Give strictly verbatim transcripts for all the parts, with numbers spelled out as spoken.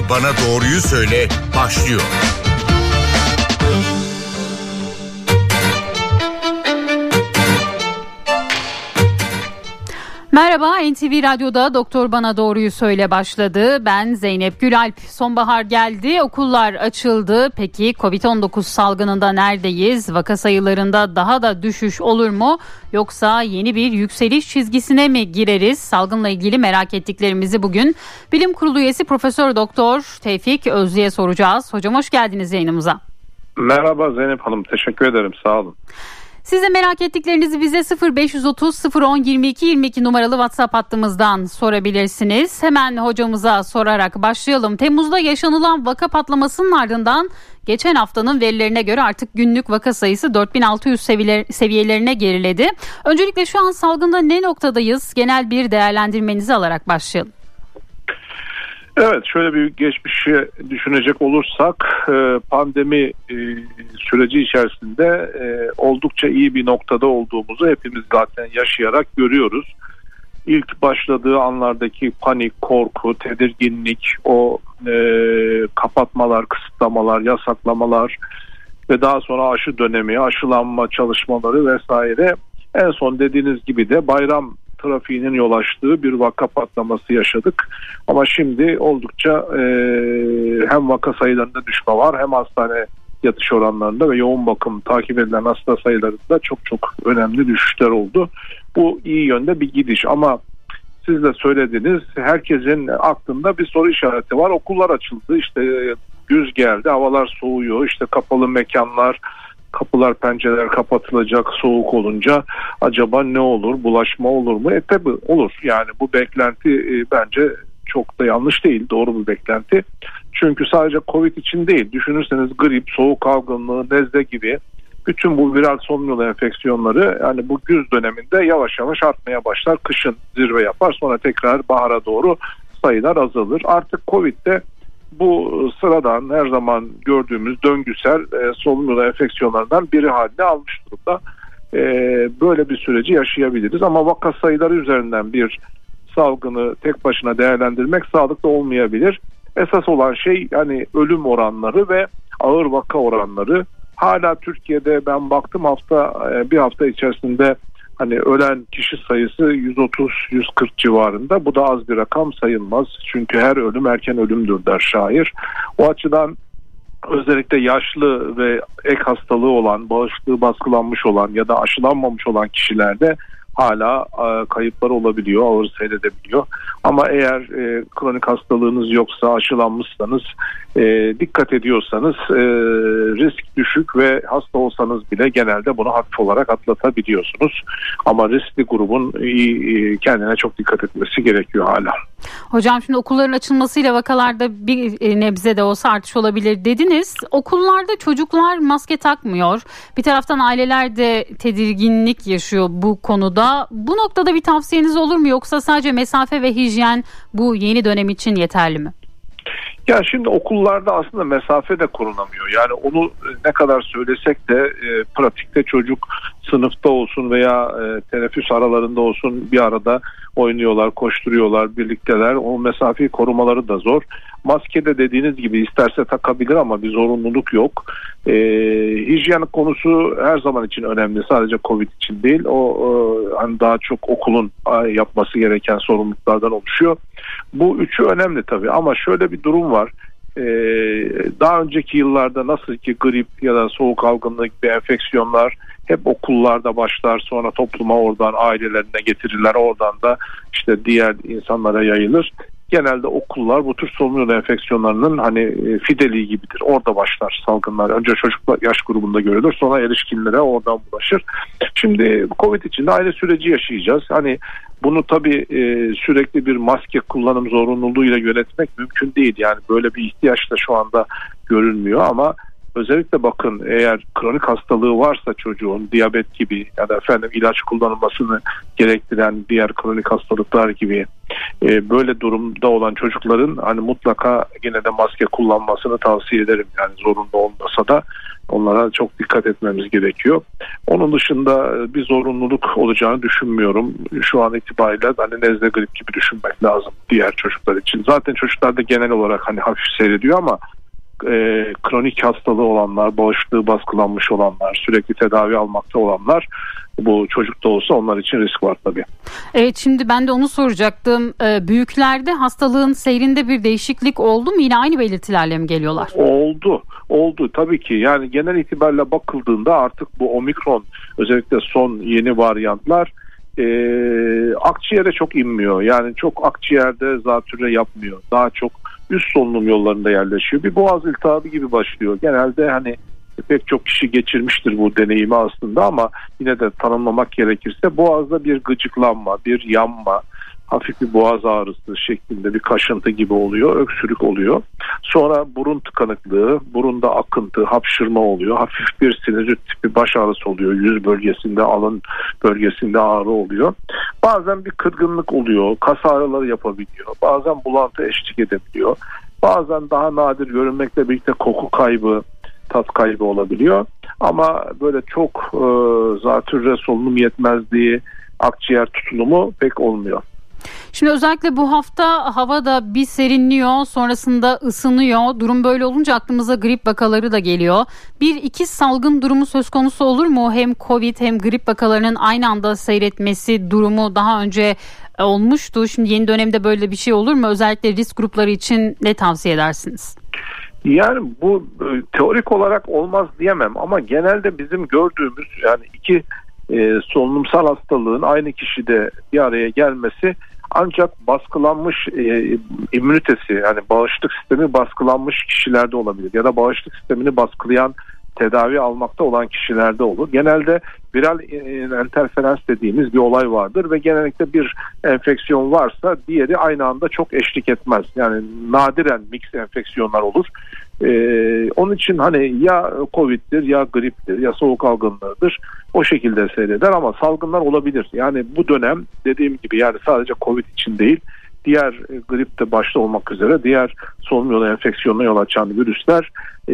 Bana Doğruyu Söyle başlıyor. Merhaba, N T V Radyo'da Doktor Bana Doğruyu Söyle başladı. Ben Zeynep Gülalp. Sonbahar geldi, okullar açıldı. Peki kovid on dokuz salgınında neredeyiz? Vaka sayılarında daha da düşüş olur mu? Yoksa yeni bir yükseliş çizgisine mi gireriz? Salgınla ilgili merak ettiklerimizi bugün Bilim Kurulu üyesi Profesör Doktor Tevfik Özlü'ye soracağız. Hocam hoş geldiniz yayınımıza. Merhaba Zeynep Hanım, teşekkür ederim, sağ olun. Siz de merak ettiklerinizi bize sıfır beş yüz otuz sıfır on yirmi iki yirmi iki numaralı WhatsApp hattımızdan sorabilirsiniz. Hemen hocamıza sorarak başlayalım. Temmuz'da yaşanılan vaka patlamasının ardından geçen haftanın verilerine göre artık günlük vaka sayısı dört bin altı yüz seviyelerine geriledi. Öncelikle şu an salgında ne noktadayız? Genel bir değerlendirmenizi alarak başlayalım. Evet, şöyle bir geçmişi düşünecek olursak pandemi süreci içerisinde oldukça iyi bir noktada olduğumuzu hepimiz zaten yaşayarak görüyoruz. İlk başladığı anlardaki panik, korku, tedirginlik, o e, kapatmalar, kısıtlamalar, yasaklamalar ve daha sonra aşı dönemi, aşılanma çalışmaları vesaire, en son dediğiniz gibi de bayram trafiğinin yol açtığı bir vaka patlaması yaşadık. Ama şimdi oldukça e, hem vaka sayılarında düşme var, hem hastane yatış oranlarında ve yoğun bakım takip edilen hasta sayılarında çok çok önemli düşüşler oldu. Bu iyi yönde bir gidiş ama siz de söylediniz, herkesin aklında bir soru işareti var. Okullar açıldı, işte güz geldi, havalar soğuyor, işte kapalı mekanlar, kapılar pencereler kapatılacak soğuk olunca acaba ne olur, bulaşma olur mu? E tabi olur, yani bu beklenti e, bence çok da yanlış değil, doğru bir beklenti. Çünkü sadece Covid için değil, düşünürseniz grip, soğuk algınlığı, nezle gibi bütün bu viral solunum yolu enfeksiyonları yani bu güz döneminde yavaş yavaş artmaya başlar. Kışın zirve yapar, sonra tekrar bahara doğru sayılar azalır. Artık Covid'de bu sıradan her zaman gördüğümüz döngüsel e, solunum yolu enfeksiyonlarından biri haline almış durumda. E, böyle bir süreci yaşayabiliriz ama vaka sayıları üzerinden bir salgını tek başına değerlendirmek sağlıklı olmayabilir. Esas olan şey yani ölüm oranları ve ağır vaka oranları. Hala Türkiye'de ben baktım hafta bir hafta içerisinde hani ölen kişi sayısı yüz otuz yüz kırk civarında. Bu da az bir rakam sayılmaz. Çünkü her ölüm erken ölümdür der şair. O açıdan özellikle yaşlı ve ek hastalığı olan, bağışıklığı baskılanmış olan ya da aşılanmamış olan kişilerde hala e, kayıplar olabiliyor, ağır seyredebiliyor. Ama eğer e, kronik hastalığınız yoksa, aşılanmışsanız, e, dikkat ediyorsanız e, risk düşük ve hasta olsanız bile genelde bunu hafif olarak atlatabiliyorsunuz. Ama riskli grubun e, kendine çok dikkat etmesi gerekiyor hala. Hocam şimdi okulların açılmasıyla vakalarda bir nebze de olsa artış olabilir dediniz. Okullarda çocuklar maske takmıyor. Bir taraftan aileler de tedirginlik yaşıyor bu konuda. Bu noktada bir tavsiyeniz olur mu, yoksa sadece mesafe ve hijyen bu yeni dönem için yeterli mi? Ya şimdi okullarda aslında mesafe de korunamıyor. Yani onu ne kadar söylesek de e, pratikte çocuk sınıfta olsun veya e, teneffüs aralarında olsun bir arada oynuyorlar, koşturuyorlar, birlikteler. O mesafeyi korumaları da zor. Maske de dediğiniz gibi isterse takabilir ama bir zorunluluk yok. E, hijyen konusu her zaman için önemli. Sadece Covid için değil. O e, hani daha çok okulun yapması gereken sorumluluklardan oluşuyor. Bu üçü önemli tabii ama şöyle bir durum var. Ee, daha önceki yıllarda nasıl ki grip ya da soğuk algınlığı gibi enfeksiyonlar hep okullarda başlar, sonra topluma oradan ailelerine getirirler, oradan da işte diğer insanlara yayılır. Genelde okullar bu tür solunum yolu enfeksiyonlarının hani fideliği gibidir. Orada başlar salgınlar. Önce çocuklar yaş grubunda görülür, sonra erişkinlere oradan bulaşır. Şimdi Covid için de aynı süreci yaşayacağız. Hani bunu tabii e, sürekli bir maske kullanım zorunluluğuyla yönetmek mümkün değil. Yani böyle bir ihtiyaç da şu anda görülmüyor ama özellikle bakın, eğer kronik hastalığı varsa çocuğun, diyabet gibi ya da efendim ilaç kullanılmasını gerektiren diğer kronik hastalıklar gibi e, böyle durumda olan çocukların hani mutlaka yine de maske kullanmasını tavsiye ederim. Yani zorunlu olmasa da onlara çok dikkat etmemiz gerekiyor. Onun dışında bir zorunluluk olacağını düşünmüyorum. Şu an itibariyle hani nezle, grip gibi düşünmek lazım diğer çocuklar için. Zaten çocuklarda genel olarak hani hafif seyrediyor ama e, kronik hastalığı olanlar, bağışıklığı baskılanmış olanlar, sürekli tedavi almakta olanlar, bu çocukta olsa onlar için risk var tabii. Evet, şimdi ben de onu soracaktım. Ee, büyüklerde hastalığın seyrinde bir değişiklik oldu mu? Yine aynı belirtilerle mi geliyorlar? Oldu. Oldu tabii ki. Yani genel itibariyle bakıldığında artık bu omikron, özellikle son yeni varyantlar e, akciğere çok inmiyor. Yani çok akciğerde zatürre yapmıyor. Daha çok üst solunum yollarında yerleşiyor. Bir boğaz iltihabı gibi başlıyor. Genelde hani pek çok kişi geçirmiştir bu deneyimi aslında ama yine de tanımlamak gerekirse boğazda bir gıcıklanma, bir yanma, hafif bir boğaz ağrısı şeklinde bir kaşıntı gibi oluyor, öksürük oluyor. Sonra burun tıkanıklığı, burunda akıntı, hapşırma oluyor. Hafif bir sinüzit tipi baş ağrısı oluyor. Yüz bölgesinde, alın bölgesinde ağrı oluyor. Bazen bir kırgınlık oluyor, kas ağrıları yapabiliyor. Bazen bulantı eşlik edebiliyor. Bazen daha nadir görünmekle birlikte koku kaybı, tat kaybı olabiliyor. Ama böyle çok e, zatürre, solunum yetmezliği, akciğer tutulumu pek olmuyor. Şimdi özellikle bu hafta hava da bir serinliyor, sonrasında ısınıyor. Durum böyle olunca aklımıza grip vakaları da geliyor. Bir ikiz salgın durumu söz konusu olur mu? Hem Covid hem grip vakalarının aynı anda seyretmesi durumu daha önce olmuştu. Şimdi yeni dönemde böyle bir şey olur mu? Özellikle risk grupları için ne tavsiye edersiniz? Yani bu teorik olarak olmaz diyemem ama genelde bizim gördüğümüz yani iki e, solunumsal hastalığın aynı kişide bir araya gelmesi ancak baskılanmış e, immünitesi, yani bağışıklık sistemi baskılanmış kişilerde olabilir ya da bağışıklık sistemini baskılayan tedavi almakta olan kişilerde olur. Genelde viral enterferans dediğimiz bir olay vardır ve genellikle bir enfeksiyon varsa diğeri aynı anda çok eşlik etmez. Yani nadiren mix enfeksiyonlar olur. Ee, onun için hani ya Covid'dir ya griptir ya soğuk algınlığıdır, o şekilde seyreder ama salgınlar olabilir. Yani bu dönem dediğim gibi yani sadece Covid için değil, diğer grip de başta olmak üzere diğer solunum yolu enfeksiyonuna yol açan virüsler e,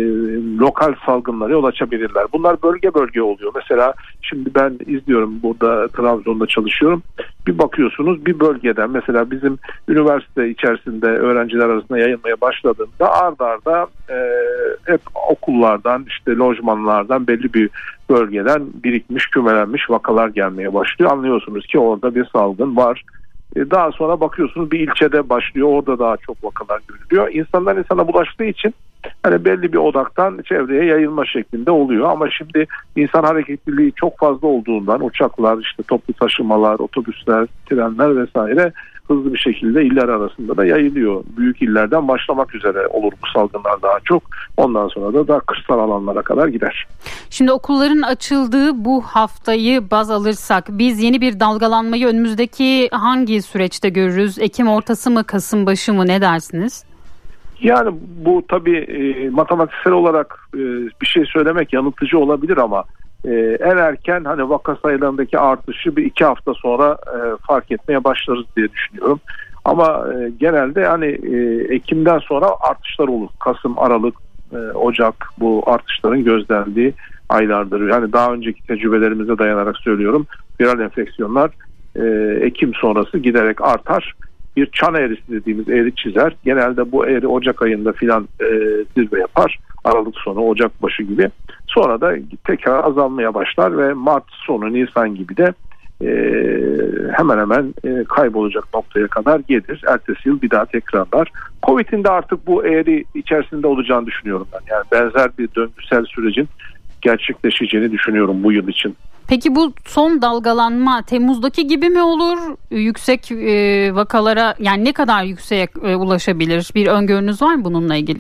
lokal salgınlara yol açabilirler. Bunlar bölge bölge oluyor. Mesela şimdi ben izliyorum, burada Trabzon'da çalışıyorum. Bir bakıyorsunuz bir bölgeden, mesela bizim üniversite içerisinde öğrenciler arasında yayılmaya başladığında ard arda e, hep okullardan, işte lojmanlardan, belli bir bölgeden birikmiş, kümelenmiş vakalar gelmeye başlıyor. Anlıyorsunuz ki orada bir salgın var. Daha sonra bakıyorsunuz bir ilçede başlıyor, orada daha çok vakalar görülüyor. İnsanlar insana bulaştığı için hani belli bir odaktan çevreye yayılma şeklinde oluyor. Ama şimdi insan hareketliliği çok fazla olduğundan uçaklar, işte toplu taşımalar, otobüsler, trenler vesaire hızlı bir şekilde iller arasında da yayılıyor. Büyük illerden başlamak üzere olur bu salgınlar daha çok. Ondan sonra da daha kırsal alanlara kadar gider. Şimdi okulların açıldığı bu haftayı baz alırsak biz yeni bir dalgalanmayı önümüzdeki hangi süreçte görürüz? Ekim ortası mı, Kasım başı mı, ne dersiniz? Yani bu tabii e, matematiksel olarak e, bir şey söylemek yanıltıcı olabilir ama e, en erken hani vaka sayılarındaki artışı bir iki hafta sonra e, fark etmeye başlarız diye düşünüyorum. Ama e, genelde hani e, Ekim'den sonra artışlar olur. Kasım, Aralık, e, Ocak bu artışların gözlendiği aylardır. Yani daha önceki tecrübelerimize dayanarak söylüyorum. Viral enfeksiyonlar e, Ekim sonrası giderek artar. Bir çan eğrisi dediğimiz eğri çizer. Genelde bu eğri Ocak ayında filan e, zirve yapar. Aralık sonu, Ocak başı gibi. Sonra da tekrar azalmaya başlar ve Mart sonu, Nisan gibi de e, hemen hemen e, kaybolacak noktaya kadar gelir. Ertesi yıl bir daha tekrarlar. Covid'in de artık bu eğri içerisinde olacağını düşünüyorum ben. Yani benzer bir döngüsel sürecin gerçekleşeceğini düşünüyorum bu yıl için. Peki bu son dalgalanma Temmuz'daki gibi mi olur? Yüksek e, vakalara yani ne kadar yükseğe e, ulaşabilir? Bir öngörünüz var mı bununla ilgili?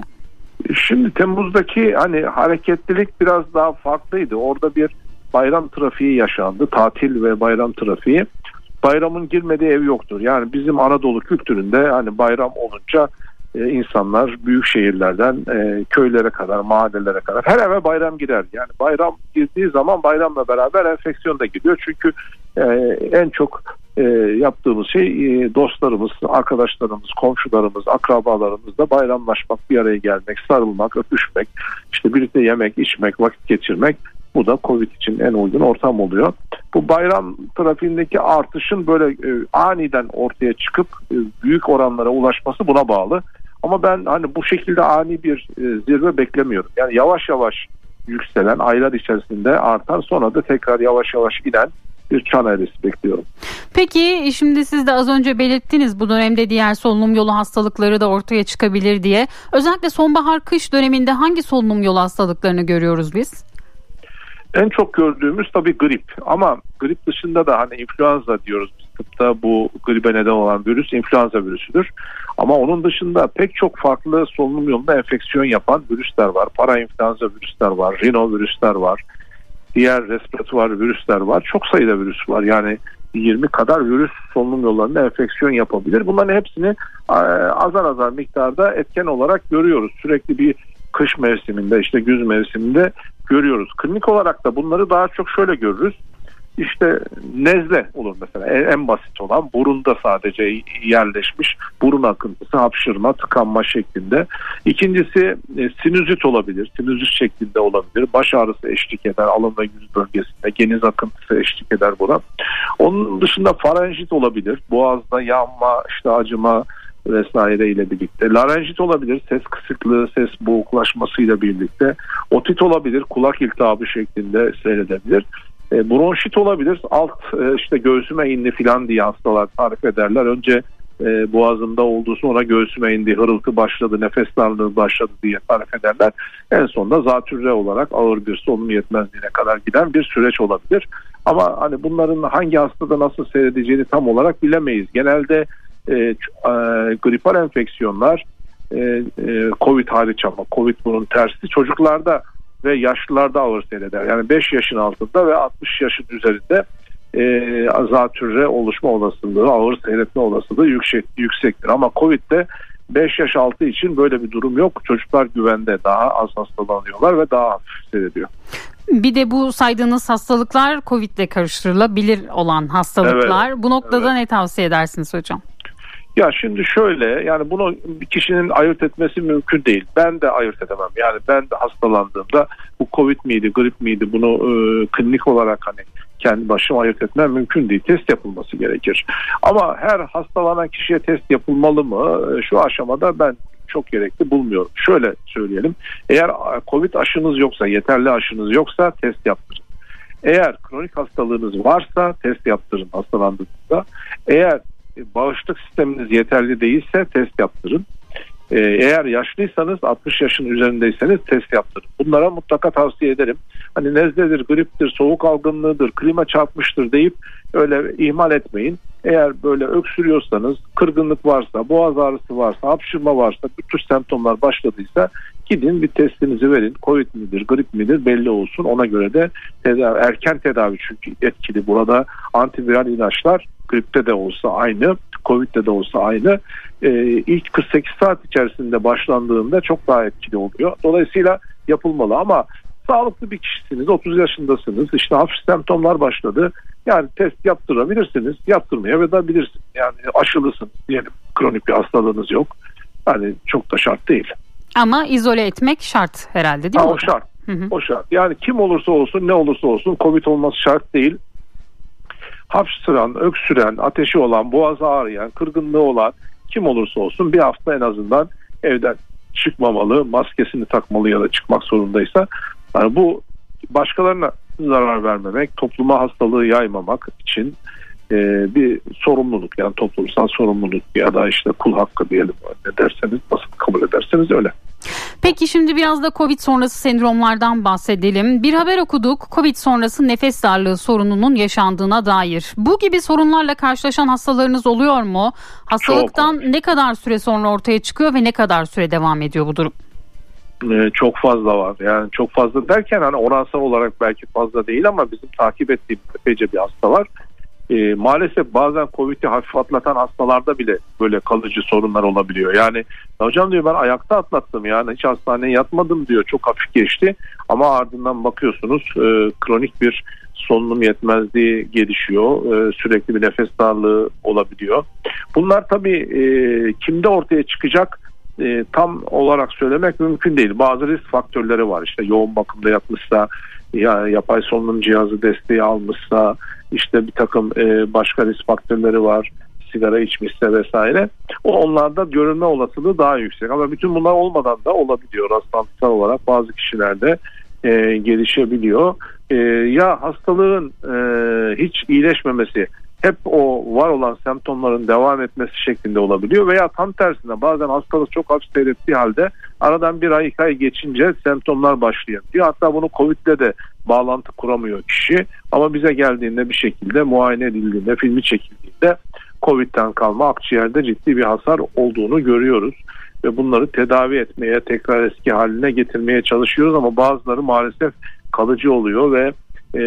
Şimdi Temmuz'daki hani hareketlilik biraz daha farklıydı. Orada bir bayram trafiği yaşandı. Tatil ve bayram trafiği. Bayramın girmediği ev yoktur. Yani bizim Anadolu kültüründe hani bayram olunca e, insanlar büyük şehirlerden e, köylere kadar, mahallelere kadar her eve bayram girer. Yani bayram girdiği zaman bayramla beraber enfeksiyon da gidiyor. Çünkü e, en çok e, yaptığımız şey e, dostlarımız, arkadaşlarımız, komşularımız, akrabalarımızla bayramlaşmak, bir araya gelmek, sarılmak, öpüşmek, işte birlikte yemek, içmek, vakit geçirmek. Bu da Covid için en uygun ortam oluyor. Bu bayram trafiğindeki artışın böyle e, aniden ortaya çıkıp e, büyük oranlara ulaşması buna bağlı. Ama ben hani bu şekilde ani bir e, zirve beklemiyorum. Yani yavaş yavaş yükselen, aylar içerisinde artan, sonra da tekrar yavaş yavaş inen bir çan eğrisi bekliyorum. Peki şimdi siz de az önce belirttiniz, bu dönemde diğer solunum yolu hastalıkları da ortaya çıkabilir diye. Özellikle sonbahar kış döneminde hangi solunum yolu hastalıklarını görüyoruz biz? En çok gördüğümüz tabii grip, ama grip dışında da hani influenza diyoruz biz tıpta, bu gribe neden olan virüs influenza virüsüdür. Ama onun dışında pek çok farklı solunum yolunda enfeksiyon yapan virüsler var. Parainfluenza virüsler var, rinovirüsler var, diğer respiratuvar virüsler var. Çok sayıda virüs var. Yani yirmi kadar virüs solunum yollarında enfeksiyon yapabilir. Bunların hepsini azar azar miktarda etken olarak görüyoruz. Sürekli bir kış mevsiminde, işte güz mevsiminde görüyoruz. Klinik olarak da bunları daha çok şöyle görürüz. İşte nezle olur mesela, en basit olan burunda sadece yerleşmiş burun akıntısı, hapşırma, tıkanma şeklinde. İkincisi sinüzit olabilir, sinüzit şeklinde olabilir. Baş ağrısı eşlik eder, alın ve yüz bölgesinde, geniz akıntısı eşlik eder buna. Onun dışında farenjit olabilir, boğazda yanma, işte acıma vesaire ile birlikte. Larenjit olabilir, ses kısıklığı, ses boğuklaşmasıyla birlikte. Otit olabilir, kulak iltihabı şeklinde seyredebilir. E, bronşit olabilir, alt e, işte göğsüme indi filan diye hastalar tarif ederler. Önce e, boğazında olduğu, sonra göğsüme indi, hırıltı başladı, nefes darlığı başladı diye tarif ederler. En sonunda zatürre olarak ağır bir solunum yetmezliğine kadar giden bir süreç olabilir. Ama hani bunların hangi hastada nasıl seyredeceğini tam olarak bilemeyiz. Genelde e, e, gripal enfeksiyonlar e, e, Covid hariç, ama Covid bunun tersi, çocuklarda ve yaşlılarda ağır seyreder. Yani beş yaşın altında ve altmış yaşın üzerinde e, zatürre oluşma olasılığı, ağır seyretme olasılığı yüksek, yüksektir. Ama Covid'de beş yaş altı için böyle bir durum yok. Çocuklar güvende, daha az hastalanıyorlar ve daha hafif seyrediyor. Bir de bu saydığınız hastalıklar Covid'le karıştırılabilir olan hastalıklar. Evet, bu noktada evet. Ne tavsiye edersiniz hocam? Ya şimdi şöyle, yani bunu bir kişinin ayırt etmesi mümkün değil. Ben de ayırt edemem. Yani ben de hastalandığımda bu Covid miydi, grip miydi, bunu e, klinik olarak hani kendi başıma ayırt etmem mümkün değil. Test yapılması gerekir. Ama her hastalanan kişiye test yapılmalı mı? E, şu aşamada ben çok gerekli bulmuyorum. Şöyle söyleyelim. Eğer Covid aşınız yoksa, yeterli aşınız yoksa test yaptırın. Eğer kronik hastalığınız varsa test yaptırın hastalandığınızda. Eğer bağışıklık sisteminiz yeterli değilse test yaptırın. Ee, eğer yaşlıysanız, altmış yaşın üzerindeyseniz test yaptırın. Bunlara mutlaka tavsiye ederim. Hani nezledir, griptir, soğuk algınlığıdır, klima çarpmıştır deyip öyle ihmal etmeyin. Eğer böyle öksürüyorsanız, kırgınlık varsa, boğaz ağrısı varsa, hapşırma varsa, bu tür semptomlar başladıysa gidin bir testinizi verin. Covid midir, grip midir belli olsun. Ona göre de tedavi, erken tedavi çünkü etkili. Burada antiviral ilaçlar gripte de olsa aynı, Covid'de de olsa aynı. Ee, ilk kırk sekiz saat içerisinde başlandığında çok daha etkili oluyor. Dolayısıyla yapılmalı, ama sağlıklı bir kişisiniz, otuz yaşındasınız, işte hafif semptomlar başladı. Yani test yaptırabilirsiniz, yaptırmayabilirsiniz. Yani aşılısınız diyelim, kronik bir hastalığınız yok. Yani çok da şart değil. Ama izole etmek şart herhalde, değil mi? Ha, o şart. Hı hı. O şart. Yani kim olursa olsun, ne olursa olsun Covid olması şart değil. Hapşıran, öksüren, ateşi olan, boğazı ağrıyan, kırgınlığı olan kim olursa olsun bir hafta en azından evden çıkmamalı, maskesini takmalı ya da çıkmak zorundaysa. Yani bu başkalarına zarar vermemek, topluma hastalığı yaymamak için e, bir sorumluluk, yani toplumsal sorumluluk ya da işte kul hakkı diyelim, ne derseniz, nasıl kabul ederseniz öyle. Peki şimdi biraz da Covid sonrası sendromlardan bahsedelim. Bir haber okuduk, Covid sonrası nefes darlığı sorununun yaşandığına dair. Bu gibi sorunlarla karşılaşan hastalarınız oluyor mu? Hastalıktan çok. Ne kadar süre sonra ortaya çıkıyor ve ne kadar süre devam ediyor bu durum? Ee, çok fazla var. Yani çok fazla derken hani oransal olarak belki fazla değil, ama bizim takip ettiğimiz epeyce bir hasta var. E, maalesef bazen Covid'i hafif atlatan hastalarda bile böyle kalıcı sorunlar olabiliyor. Yani hocam diyor ben ayakta atlattım yani hiç hastaneye yatmadım diyor, çok hafif geçti ama ardından bakıyorsunuz e, kronik bir solunum yetmezliği gelişiyor, e, sürekli bir nefes darlığı olabiliyor. Bunlar tabii e, kimde ortaya çıkacak e, tam olarak söylemek mümkün değil. Bazı risk faktörleri var, işte yoğun bakımda yatmışsa, ya yapay solunum cihazı desteği almışsa, işte bir takım e, başka risk faktörleri var, sigara içmişse vesaire. O onlarda görülme olasılığı daha yüksek. Ama bütün bunlar olmadan da olabiliyor. Rastlantısal olarak bazı kişilerde e, gelişebiliyor. E, ya hastalığın e, hiç iyileşmemesi, hep o var olan semptomların devam etmesi şeklinde olabiliyor veya tam tersine bazen hastalık çok hafif seyrettiği halde aradan bir ay iki ay geçince semptomlar başlayabiliyor. Hatta bunu Covid'le de bağlantı kuramıyor kişi ama bize geldiğinde bir şekilde muayene edildiğinde, filmi çekildiğinde Covid'den kalma akciğerde ciddi bir hasar olduğunu görüyoruz ve bunları tedavi etmeye, tekrar eski haline getirmeye çalışıyoruz ama bazıları maalesef kalıcı oluyor ve e,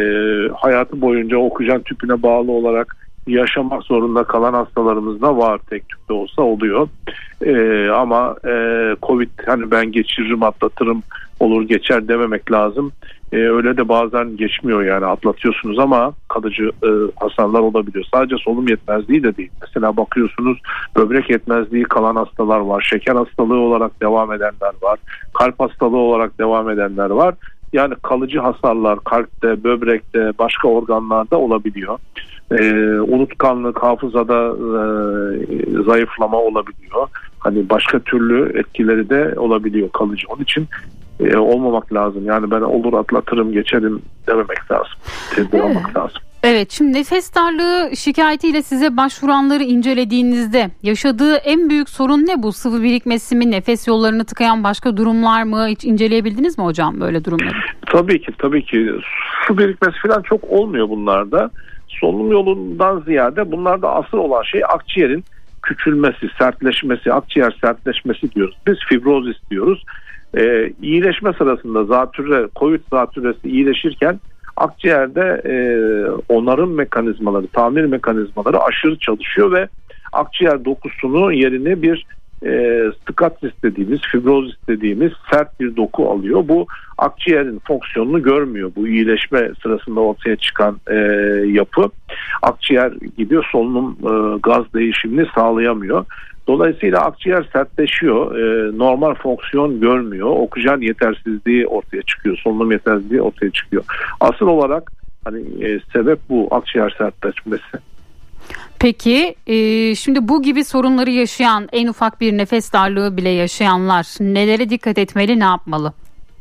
hayatı boyunca oksijen tüpüne bağlı olarak yaşamak zorunda kalan hastalarımız da var, tek tüp de olsa oluyor. E, ama e, Covid hani ben geçiririm, atlatırım, olur geçer dememek lazım. E, öyle de bazen geçmiyor, yani atlatıyorsunuz ama kalıcı e, hasarlar olabiliyor. Sadece solunum yetmezliği de değil. Mesela bakıyorsunuz böbrek yetmezliği kalan hastalar var. Şeker hastalığı olarak devam edenler var. Kalp hastalığı olarak devam edenler var. Yani kalıcı hasarlar kalpte, böbrekte, başka organlarda olabiliyor. Ee, unutkanlık, hafızada e, zayıflama olabiliyor. Hani başka türlü etkileri de olabiliyor kalıcı. Onun için e, olmamak lazım. Yani ben olur atlatırım, geçerim dememek lazım. Tedbir evet. almak lazım. Evet, şimdi nefes darlığı şikayetiyle size başvuranları incelediğinizde yaşadığı en büyük sorun ne bu? Sıvı birikmesi mi, nefes yollarını tıkayan başka durumlar mı? Hiç inceleyebildiniz mi hocam böyle durumları? Tabii ki, tabii ki. Su birikmesi falan çok olmuyor bunlarda. Solunum yolundan ziyade bunlarda asıl olan şey akciğerin küçülmesi, sertleşmesi, akciğer sertleşmesi diyoruz. Biz fibrozis diyoruz. Ee, iyileşme sırasında zatürre, Covid zatürresi iyileşirken akciğerde e, onarım mekanizmaları, tamir mekanizmaları aşırı çalışıyor ve akciğer dokusunu yerini bir e, stakatris dediğimiz, fibrozis dediğimiz sert bir doku alıyor. Bu akciğerin fonksiyonunu görmüyor. Bu iyileşme sırasında ortaya çıkan e, yapı akciğer gidiyor, solunum e, gaz değişimini sağlayamıyor. Dolayısıyla akciğer sertleşiyor, e, normal fonksiyon görmüyor, oksijen yetersizliği ortaya çıkıyor, solunum yetersizliği ortaya çıkıyor. Asıl olarak hani e, sebep bu, akciğer sertleşmesi. Peki e, şimdi bu gibi sorunları yaşayan, en ufak bir nefes darlığı bile yaşayanlar nelere dikkat etmeli, ne yapmalı?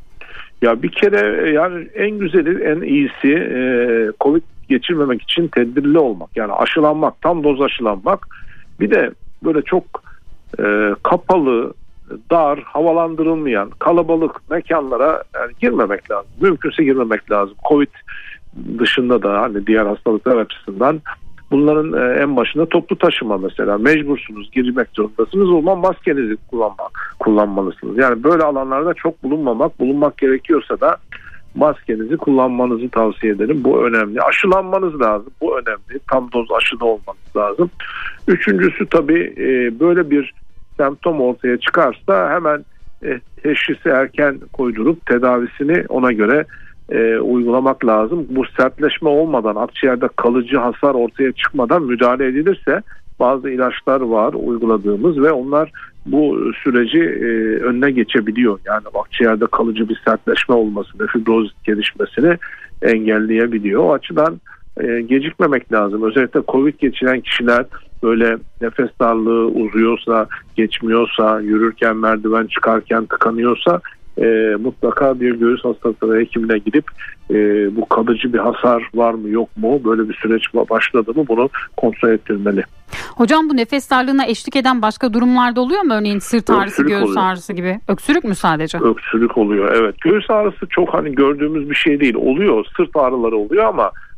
Ya bir kere yani en güzeli, en iyisi e, Covid geçirmemek için tedbirli olmak. Yani aşılanmak, tam doz aşılanmak. Bir de böyle çok e, kapalı, dar, havalandırılmayan, kalabalık mekanlara yani girmemek lazım. Mümkünse girmemek lazım. Covid dışında da hani diğer hastalıklar açısından bunların e, en başında toplu taşıma mesela. Mecbursunuz, girmek zorundasınız. O zaman maskenizi kullanmak, kullanmalısınız. Yani böyle alanlarda çok bulunmamak, bulunmak gerekiyorsa da maskenizi kullanmanızı tavsiye ederim. Bu önemli. Aşılanmanız lazım. Bu önemli. Tam doz aşıda olmanız lazım. Üçüncüsü tabii e, böyle bir semptom ortaya çıkarsa hemen e, teşhisi erken koydurup tedavisini ona göre e, uygulamak lazım. Bu sertleşme olmadan, akciğerde kalıcı hasar ortaya çıkmadan müdahale edilirse bazı ilaçlar var uyguladığımız ve onlar bu süreci e, önüne geçebiliyor. Yani akciğerde kalıcı bir sertleşme olmasını, fibrozis gelişmesini engelleyebiliyor. O açıdan e, gecikmemek lazım. Özellikle Covid geçiren kişiler böyle nefes darlığı uzuyorsa, geçmiyorsa, yürürken, merdiven çıkarken tıkanıyorsa e, mutlaka bir göğüs hastalıkları hekimine gidip e, bu kalıcı bir hasar var mı yok mu, böyle bir süreç başladı mı bunu kontrol ettirmeli. Hocam bu nefes darlığına eşlik eden başka durumlarda oluyor mu? Örneğin sırt ağrısı, öksürük göğüs oluyor. Ağrısı gibi. Öksürük mü sadece? Öksürük oluyor, evet. Göğüs ağrısı çok hani gördüğümüz bir şey değil. Oluyor, sırt ağrıları oluyor ama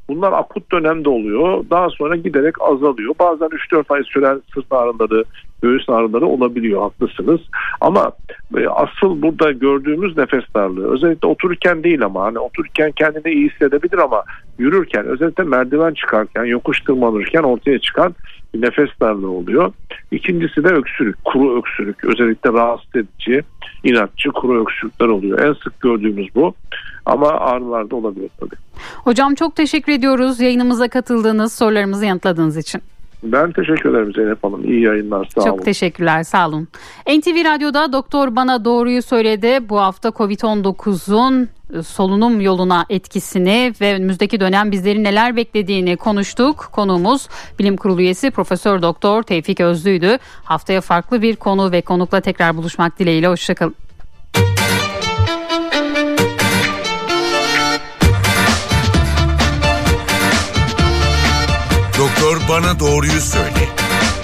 Bunlar akut dönemde oluyor. Daha sonra giderek azalıyor. Bazen üç dört ay süren sırt ağrıları, göğüs ağrıları olabiliyor. Haklısınız. Ama e, asıl burada gördüğümüz nefes darlığı özellikle otururken değil ama hani otururken kendini iyi hissedebilir ama yürürken özellikle merdiven çıkarken, yokuş tırmanırken ortaya çıkan bir nefes darlığı oluyor. İkincisi de öksürük, kuru öksürük. Özellikle rahatsız edici, inatçı kuru öksürükler oluyor. En sık gördüğümüz bu. Ama ağrılar da olabilir tabii. Hocam çok teşekkür ediyoruz yayınımıza katıldığınız, sorularımızı yanıtladığınız için. Ben teşekkür ederim Zeynep Hanım. İyi yayınlar. Sağ olun. Çok teşekkürler. Sağ olun. N T V Radyo'da Doktor Bana Doğruyu Söyledi. Bu hafta kovid on dokuzun solunum yoluna etkisini ve önümüzdeki dönem bizleri neler beklediğini konuştuk. Konuğumuz Bilim Kurulu üyesi Profesör Doktor Tevfik Özlü'ydü. Haftaya farklı bir konu ve konukla tekrar buluşmak dileğiyle. Hoşçakalın. Doktor Bana Doğruyu Söyle.